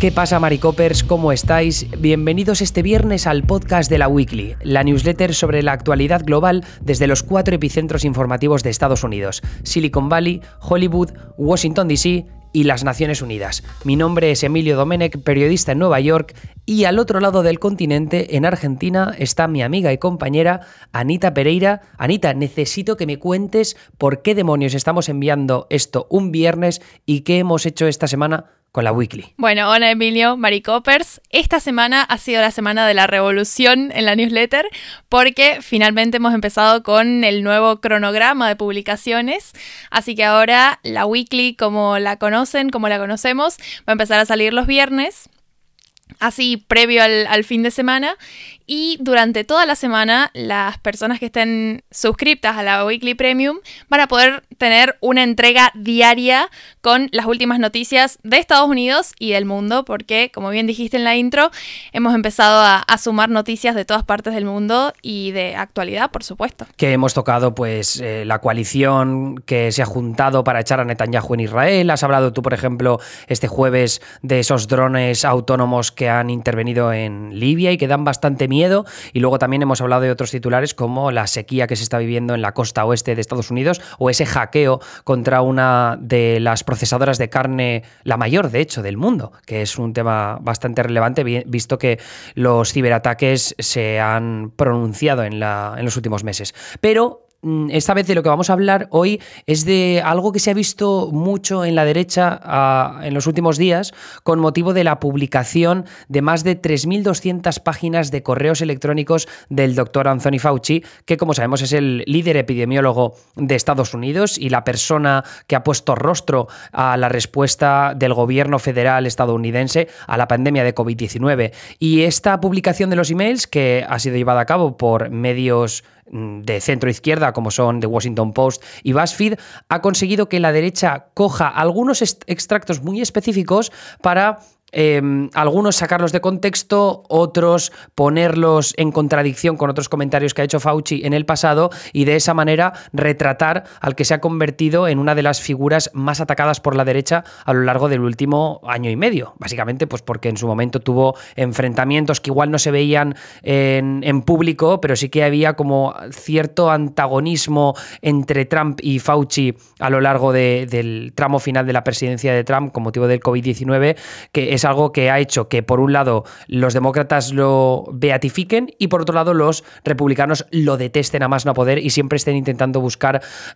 ¿Qué pasa, Maricopers? ¿Cómo estáis? Bienvenidos este viernes al podcast de la Weekly, la newsletter sobre la actualidad global desde los 4 epicentros informativos de Estados Unidos: Silicon Valley, Hollywood, Washington DC y las Naciones Unidas. Mi nombre es Emilio Domenech, periodista en Nueva York, y al otro lado del continente, en Argentina, está mi amiga y compañera Anita Pereira. Anita, necesito que me cuentes por qué demonios estamos enviando esto un viernes y qué hemos hecho esta semana con la Weekly. Bueno, hola Emilio, Maricopers. Esta semana ha sido la semana de la revolución en la newsletter porque finalmente hemos empezado con el nuevo cronograma de publicaciones. Así que ahora la Weekly, como la conocen, como la conocemos, va a empezar a salir los viernes, así previo al fin de semana. Y durante toda la semana, las personas que estén suscriptas a la Weekly Premium van a poder tener una entrega diaria con las últimas noticias de Estados Unidos y del mundo, porque, como bien dijiste en la intro, hemos empezado a sumar noticias de todas partes del mundo y de actualidad, por supuesto. Que hemos tocado, pues, la coalición que se ha juntado para echar a Netanyahu en Israel. Has hablado tú, por ejemplo, este jueves de esos drones autónomos que han intervenido en Libia y que dan bastante miedo. Y luego también hemos hablado de otros titulares como la sequía que se está viviendo en la costa oeste de Estados Unidos o ese hackeo contra una de las procesadoras de carne, la mayor de hecho del mundo, que es un tema bastante relevante visto que los ciberataques se han pronunciado en los últimos meses. Pero esta vez de lo que vamos a hablar hoy es de algo que se ha visto mucho en la derecha en los últimos días con motivo de la publicación de más de 3.200 páginas de correos electrónicos del doctor Anthony Fauci, que, como sabemos, es el líder epidemiólogo de Estados Unidos y la persona que ha puesto rostro a la respuesta del gobierno federal estadounidense a la pandemia de COVID-19. Y esta publicación de los emails, que ha sido llevada a cabo por medios de centro izquierda como son The Washington Post y BuzzFeed, ha conseguido que la derecha coja algunos extractos muy específicos para algunos sacarlos de contexto, otros ponerlos en contradicción con otros comentarios que ha hecho Fauci en el pasado y de esa manera retratar al que se ha convertido en una de las figuras más atacadas por la derecha a lo largo del último año y medio. Básicamente pues porque en su momento tuvo enfrentamientos que igual no se veían en público, pero sí que había como cierto antagonismo entre Trump y Fauci a lo largo del tramo final de la presidencia de Trump con motivo del COVID-19, que es algo que ha hecho que, por un lado, los demócratas lo beatifiquen y, por otro lado, los republicanos lo detesten a más no poder y siempre estén intentando buscar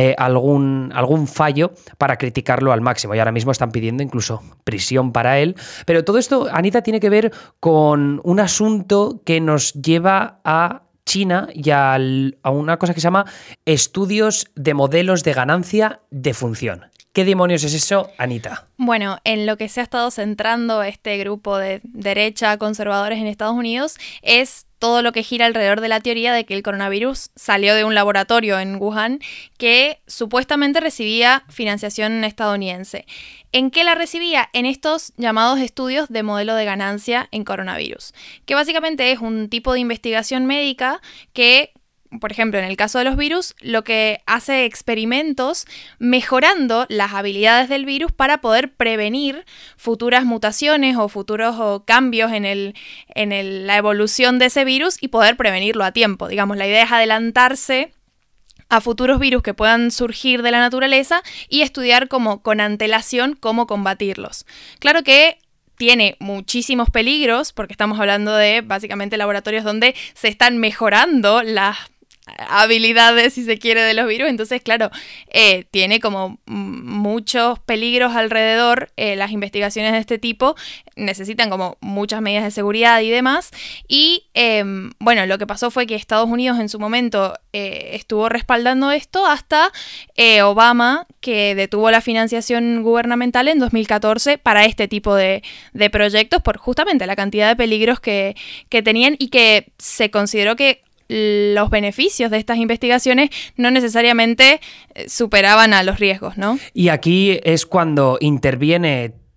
algún fallo para criticarlo al máximo. Y ahora mismo están pidiendo incluso prisión para él. Pero todo esto, Anita, tiene que ver con un asunto que nos lleva a China y a una cosa que se llama estudios de modelos de ganancia de función. ¿Qué demonios es eso, Anita? Bueno, en lo que se ha estado centrando este grupo de derecha conservadores en Estados Unidos es todo lo que gira alrededor de la teoría de que el coronavirus salió de un laboratorio en Wuhan que supuestamente recibía financiación estadounidense. ¿En qué la recibía? En estos llamados estudios de modelo de ganancia en coronavirus, que básicamente es un tipo de investigación médica que, por ejemplo, en el caso de los virus, lo que hace experimentos mejorando las habilidades del virus para poder prevenir futuras mutaciones o futuros cambios en la evolución de ese virus y poder prevenirlo a tiempo. Digamos, la idea es adelantarse a futuros virus que puedan surgir de la naturaleza y estudiar con antelación cómo combatirlos. Claro que tiene muchísimos peligros porque estamos hablando de básicamente laboratorios donde se están mejorando las habilidades, si se quiere, de los virus. Entonces, claro, tiene como muchos peligros alrededor. Las investigaciones de este tipo necesitan como muchas medidas de seguridad y demás. Y bueno, lo que pasó fue que Estados Unidos en su momento estuvo respaldando esto hasta Obama, que detuvo la financiación gubernamental en 2014 para este tipo de proyectos por justamente la cantidad de peligros que tenían y que se consideró que los beneficios de estas investigaciones no necesariamente superaban a los riesgos, ¿no? Y aquí es cuando interviene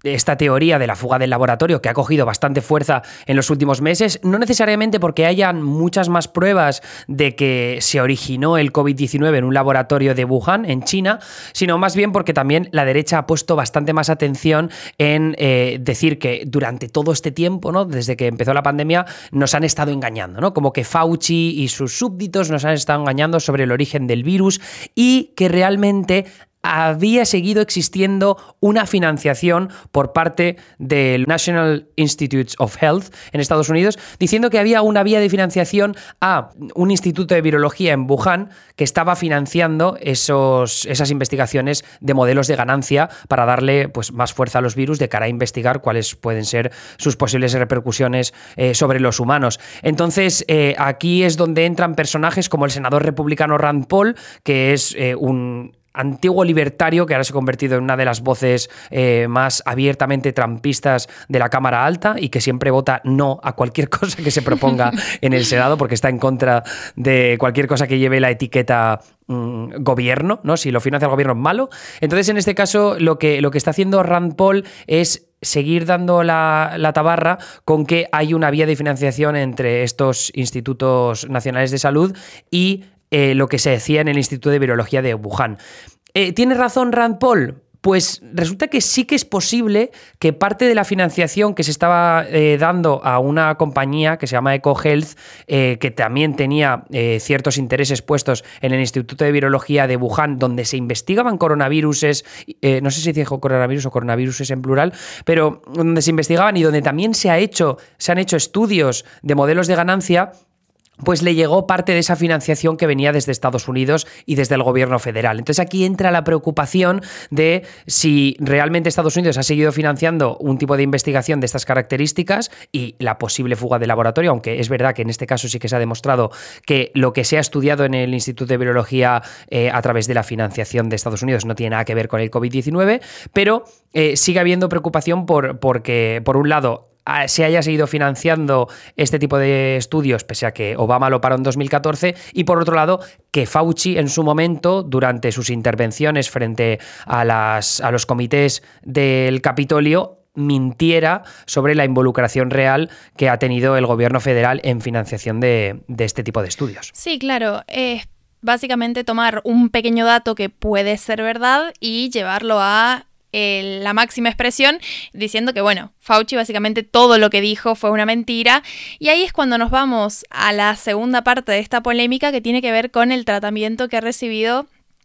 esta teoría de la fuga del laboratorio, que ha cogido bastante fuerza en los últimos meses, no necesariamente porque hayan muchas más pruebas de que se originó el COVID-19 en un laboratorio de Wuhan, en China, sino más bien porque también la derecha ha puesto bastante más atención en decir que durante todo este tiempo, ¿no?, desde que empezó la pandemia, nos han estado engañando, ¿no? Como que Fauci y sus súbditos nos han estado engañando sobre el origen del virus y que realmente había seguido existiendo una financiación por parte del National Institutes of Health en Estados Unidos, diciendo que había una vía de financiación a un instituto de virología en Wuhan que estaba financiando esas investigaciones de modelos de ganancia para darle, pues, más fuerza a los virus de cara a investigar cuáles pueden ser sus posibles repercusiones sobre los humanos. Entonces, aquí es donde entran personajes como el senador republicano Rand Paul, que es un antiguo libertario que ahora se ha convertido en una de las voces más abiertamente trumpistas de la Cámara Alta y que siempre vota no a cualquier cosa que se proponga en el Senado porque está en contra de cualquier cosa que lleve la etiqueta gobierno, ¿no? Si lo financia el gobierno es malo. Entonces, en este caso, lo que está haciendo Rand Paul es seguir dando la tabarra con que hay una vía de financiación entre estos institutos nacionales de salud y lo que se decía en el Instituto de Virología de Wuhan. ¿Tiene razón Rand Paul? Pues resulta que sí que es posible que parte de la financiación que se estaba dando a una compañía que se llama EcoHealth, que también tenía ciertos intereses puestos en el Instituto de Virología de Wuhan, donde se investigaban coronaviruses, no sé si dijo coronavirus o coronaviruses en plural, pero donde se investigaban y donde también se han hecho estudios de modelos de ganancia, pues le llegó parte de esa financiación que venía desde Estados Unidos y desde el gobierno federal. Entonces aquí entra la preocupación de si realmente Estados Unidos ha seguido financiando un tipo de investigación de estas características y la posible fuga de laboratorio, aunque es verdad que en este caso sí que se ha demostrado que lo que se ha estudiado en el Instituto de Virología a través de la financiación de Estados Unidos no tiene nada que ver con el COVID-19, pero sigue habiendo preocupación porque, por un lado, se haya seguido financiando este tipo de estudios, pese a que Obama lo paró en 2014, y por otro lado, que Fauci en su momento, durante sus intervenciones frente a los comités del Capitolio, mintiera sobre la involucración real que ha tenido el gobierno federal en financiación de este tipo de estudios. Sí, claro. Básicamente tomar un pequeño dato que puede ser verdad y llevarlo a la máxima expresión, diciendo que, bueno, Fauci básicamente todo lo que dijo fue una mentira. Y ahí es cuando nos vamos a la segunda parte de esta polémica, que tiene que ver con el tratamiento que ha recibido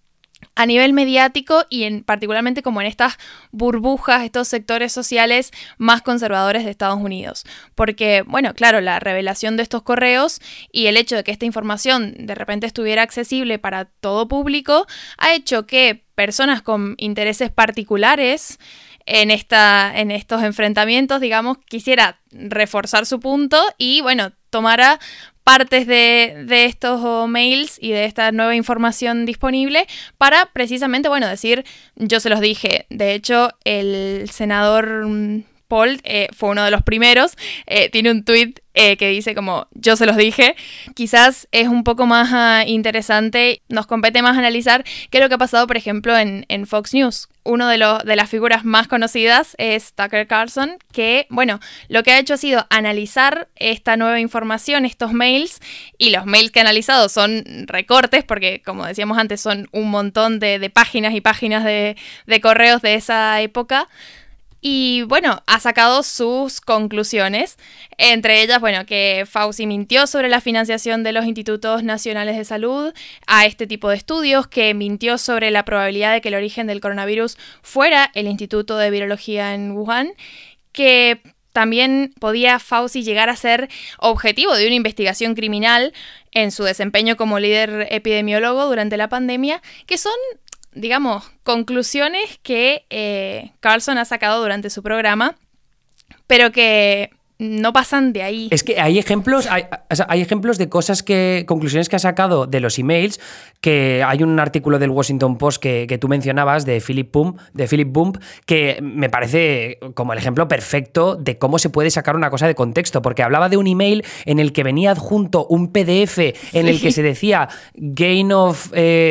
a nivel mediático y particularmente como en estas burbujas, estos sectores sociales más conservadores de Estados Unidos. Porque, bueno, claro, la revelación de estos correos y el hecho de que esta información de repente estuviera accesible para todo público ha hecho que personas con intereses particulares en estos enfrentamientos, digamos, quisiera reforzar su punto y, bueno, tomara partes de estos mails y de esta nueva información disponible para precisamente, bueno, decir, yo se los dije. De hecho, el senador Paul fue uno de los primeros. Tiene un tuit que dice como, yo se los dije. Quizás es un poco más interesante, nos compete más analizar qué es lo que ha pasado, por ejemplo, en Fox News. Uno de las figuras más conocidas es Tucker Carlson, que, bueno, lo que ha hecho ha sido analizar esta nueva información, estos mails, y los mails que ha analizado son recortes, porque, como decíamos antes, son un montón de páginas y páginas de correos de esa época. Y bueno, ha sacado sus conclusiones, entre ellas, bueno, que Fauci mintió sobre la financiación de los institutos nacionales de salud a este tipo de estudios, que mintió sobre la probabilidad de que el origen del coronavirus fuera el Instituto de Virología en Wuhan, que también podía Fauci llegar a ser objetivo de una investigación criminal en su desempeño como líder epidemiólogo durante la pandemia, que son, digamos, conclusiones que Carlson ha sacado durante su programa, pero que no pasan de ahí. Es que hay ejemplos, hay ejemplos de conclusiones que ha sacado de los emails, que hay un artículo del Washington Post que tú mencionabas de Philip Bump, que me parece como el ejemplo perfecto de cómo se puede sacar una cosa de contexto, porque hablaba de un email en el que venía adjunto un PDF en el que se decía Gain of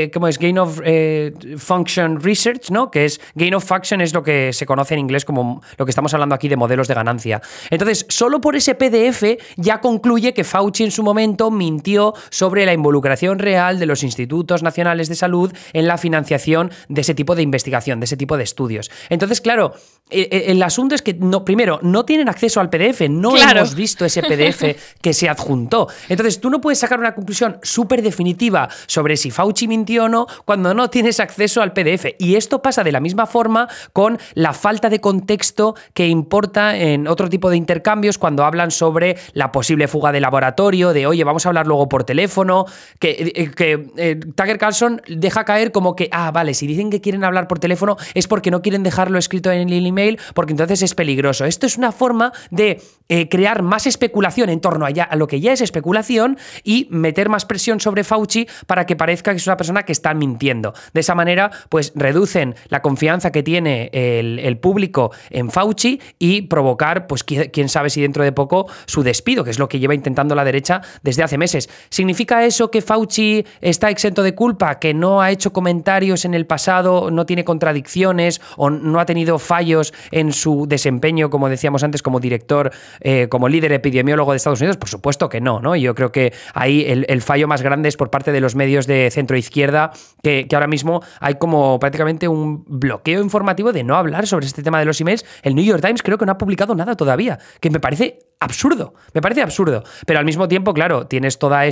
Function Research, ¿no? Que es Gain of Function, es lo que se conoce en inglés como lo que estamos hablando aquí de modelos de ganancia. Entonces, solo por ese PDF ya concluye que Fauci en su momento mintió sobre la involucración real de los institutos nacionales de salud en la financiación de ese tipo de investigación, de ese tipo de estudios. Entonces, claro, el asunto es que primero, no tienen acceso al PDF, no hemos visto ese PDF que se adjuntó. Entonces, tú no puedes sacar una conclusión súper definitiva sobre si Fauci mintió o no cuando no tienes acceso al PDF. Y esto pasa de la misma forma con la falta de contexto que importa en otro tipo de intercambios cuando hablan sobre la posible fuga de laboratorio, de oye, vamos a hablar luego por teléfono, que Tucker Carlson deja caer como que, vale, si dicen que quieren hablar por teléfono es porque no quieren dejarlo escrito en el email, porque entonces es peligroso. Esto es una forma de crear más especulación en torno a lo que ya es especulación y meter más presión sobre Fauci para que parezca que es una persona que está mintiendo. De esa manera, pues reducen la confianza que tiene el público en Fauci y provocar, pues quién sabe si dentro de poco su despido, que es lo que lleva intentando la derecha desde hace meses. ¿Significa eso que Fauci está exento de culpa, que no ha hecho comentarios en el pasado, no tiene contradicciones o no ha tenido fallos en su desempeño, como decíamos antes, como director, como líder epidemiólogo de Estados Unidos? Por supuesto que no, ¿no? Yo creo que ahí el fallo más grande es por parte de los medios de centro-izquierda, que ahora mismo hay como prácticamente un bloqueo informativo de no hablar sobre este tema de los emails. El New York Times creo que no ha publicado nada todavía, que me parece absurdo, pero al mismo tiempo, claro, tienes toda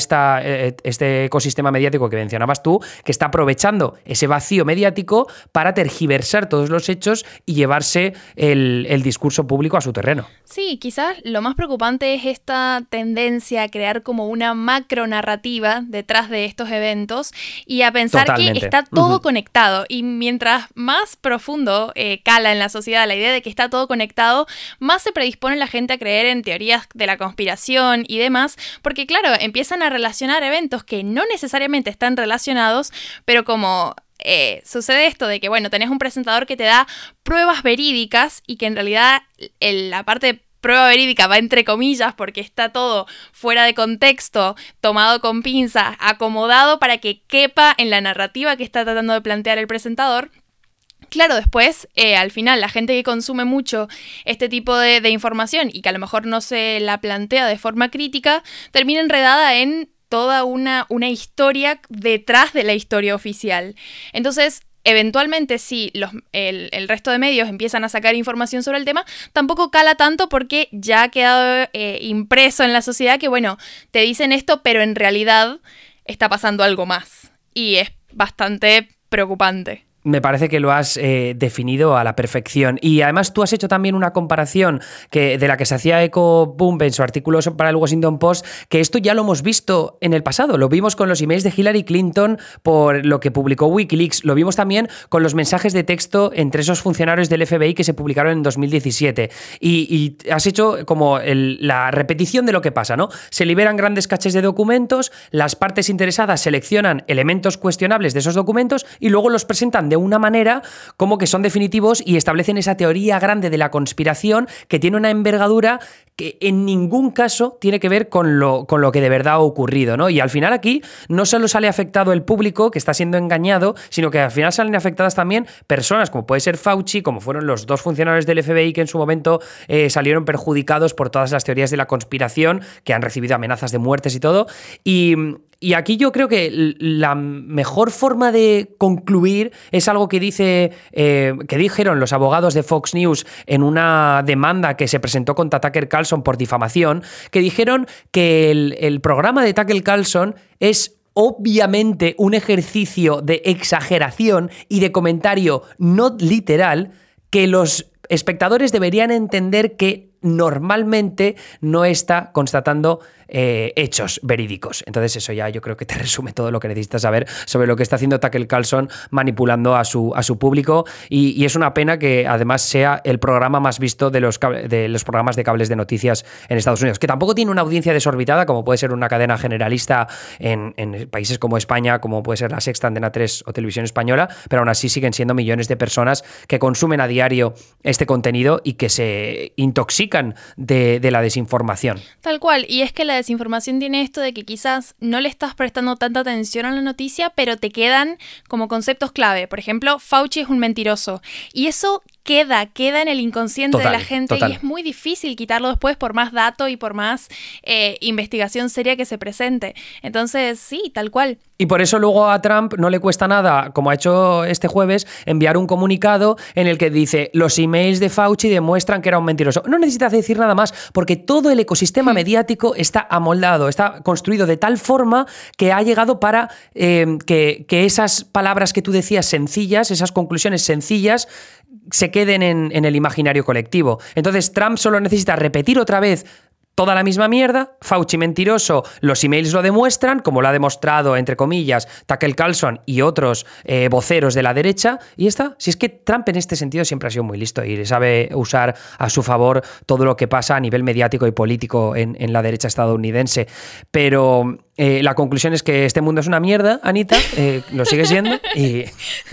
este ecosistema mediático que mencionabas tú, que está aprovechando ese vacío mediático para tergiversar todos los hechos y llevarse el discurso público a su terreno. Sí, quizás lo más preocupante es esta tendencia a crear como una macronarrativa detrás de estos eventos y a pensar Totalmente. Que está todo conectado, y mientras más profundo cala en la sociedad la idea de que está todo conectado, más se predispone la gente a creer en teorías de la conspiración y demás, porque claro, empiezan a relacionar eventos que no necesariamente están relacionados, pero como sucede esto de que, bueno, tenés un presentador que te da pruebas verídicas y que en realidad la parte de prueba verídica va entre comillas porque está todo fuera de contexto, tomado con pinzas, acomodado para que quepa en la narrativa que está tratando de plantear el presentador. Claro, después, al final, la gente que consume mucho este tipo de información y que a lo mejor no se la plantea de forma crítica, termina enredada en toda una historia detrás de la historia oficial. Entonces, eventualmente, si el resto de medios empiezan a sacar información sobre el tema, tampoco cala tanto porque ya ha quedado impreso en la sociedad que, bueno, te dicen esto, pero en realidad está pasando algo más. Y es bastante preocupante. Me parece que lo has definido a la perfección. Y además tú has hecho también una comparación de la que se hacía eco Bump en su artículo para el Washington Post, que esto ya lo hemos visto en el pasado. Lo vimos con los emails de Hillary Clinton por lo que publicó Wikileaks. Lo vimos también con los mensajes de texto entre esos funcionarios del FBI que se publicaron en 2017. Y has hecho como la repetición de lo que pasa, ¿no? Se liberan grandes caches de documentos, las partes interesadas seleccionan elementos cuestionables de esos documentos y luego los presentan de una manera como que son definitivos y establecen esa teoría grande de la conspiración que tiene una envergadura que en ningún caso tiene que ver con lo que de verdad ha ocurrido, ¿no? Y al final aquí no solo sale afectado el público que está siendo engañado, sino que al final salen afectadas también personas como puede ser Fauci, como fueron los dos funcionarios del FBI que en su momento salieron perjudicados por todas las teorías de la conspiración, que han recibido amenazas de muertes y todo. Y aquí yo creo que la mejor forma de concluir es algo que dijeron los abogados de Fox News en una demanda que se presentó contra Tucker Carlson por difamación, que dijeron que el programa de Tucker Carlson es obviamente un ejercicio de exageración y de comentario no literal, que los espectadores deberían entender que normalmente no está constatando hechos verídicos. Entonces eso ya yo creo que te resume todo lo que necesitas saber sobre lo que está haciendo Tucker Carlson manipulando a su público, y es una pena que además sea el programa más visto de los programas de cables de noticias en Estados Unidos, que tampoco tiene una audiencia desorbitada como puede ser una cadena generalista en países como España, como puede ser La Sexta, Antena 3 o Televisión Española, pero aún así siguen siendo millones de personas que consumen a diario este contenido y que se intoxican de la desinformación. Tal cual, y es que la desinformación tiene esto de que quizás no le estás prestando tanta atención a la noticia, pero te quedan como conceptos clave. Por ejemplo, Fauci es un mentiroso. Y eso queda en el inconsciente de la gente, y es muy difícil quitarlo después por más dato y por más investigación seria que se presente. Entonces, sí, tal cual. Y por eso luego a Trump no le cuesta nada, como ha hecho este jueves, enviar un comunicado en el que dice: los emails de Fauci demuestran que era un mentiroso. No necesitas decir nada más, porque todo el ecosistema mediático está amoldado, está construido de tal forma que ha llegado para que esas palabras que tú decías sencillas, esas conclusiones sencillas, se queden en el imaginario colectivo. Entonces Trump solo necesita repetir otra vez toda la misma mierda: Fauci mentiroso, los emails lo demuestran, como lo ha demostrado, entre comillas, Tucker Carlson y otros voceros de la derecha, y ya está. Si es que Trump en este sentido siempre ha sido muy listo y sabe usar a su favor todo lo que pasa a nivel mediático y político en la derecha estadounidense. Pero la conclusión es que este mundo es una mierda, Anita, lo sigue siendo, y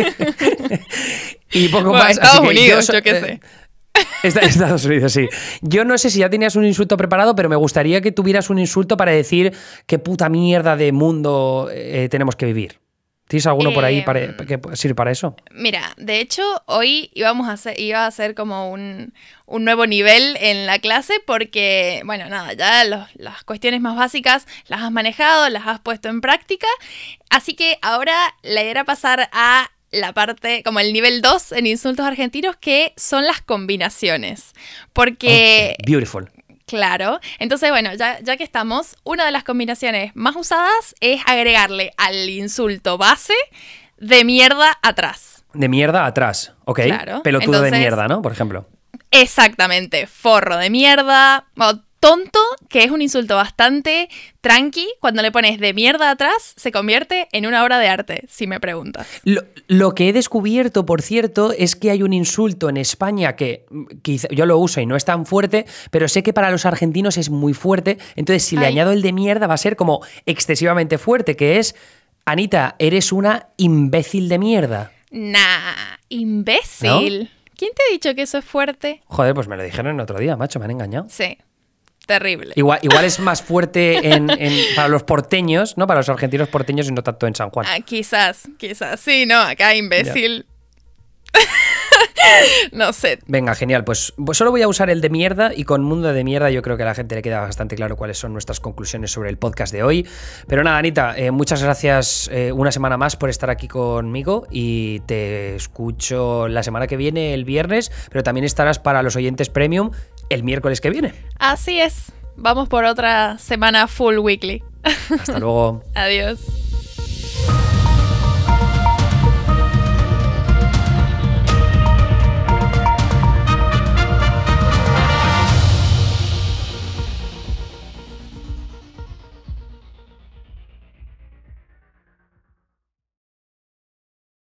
poco más. Estados Unidos, yo qué sé. Estados Unidos, sí. Yo no sé si ya tenías un insulto preparado, pero me gustaría que tuvieras un insulto para decir qué puta mierda de mundo tenemos que vivir. ¿Tienes alguno por ahí que sirve para eso? Mira, de hecho, hoy iba a ser como un nuevo nivel en la clase, porque, bueno, nada, ya las cuestiones más básicas las has manejado, las has puesto en práctica, así que ahora la idea era pasar a la parte, como el nivel 2 en insultos argentinos, que son las combinaciones. Porque... Okay, beautiful. Claro. Entonces, bueno, ya que estamos, una de las combinaciones más usadas es agregarle al insulto base de mierda atrás. De mierda atrás, ok. Claro. Pelotudo. Entonces, de mierda, ¿no? Por ejemplo. Exactamente. Forro de mierda. Tonto, que es un insulto bastante tranqui, cuando le pones de mierda atrás, se convierte en una obra de arte, si me preguntas. Lo que he descubierto, por cierto, es que hay un insulto en España que quizá yo lo uso y no es tan fuerte, pero sé que para los argentinos es muy fuerte. Entonces, si le añado el de mierda, va a ser como excesivamente fuerte, que es: Anita, eres una imbécil de mierda. Nah, imbécil. ¿No? ¿Quién te ha dicho que eso es fuerte? Joder, pues me lo dijeron el otro día, macho, me han engañado. Sí. Terrible. Igual es más fuerte para los porteños, ¿no? Para los argentinos porteños y no tanto en San Juan. Quizás. Sí, no, acá imbécil. No sé. Venga, genial. Pues solo voy a usar el de mierda, y con mundo de mierda yo creo que a la gente le queda bastante claro cuáles son nuestras conclusiones sobre el podcast de hoy. Pero nada, Anita, muchas gracias una semana más por estar aquí conmigo, y te escucho la semana que viene, el viernes, pero también estarás para los oyentes premium el miércoles que viene. Así es. Vamos por otra semana full weekly. Hasta luego. Adiós.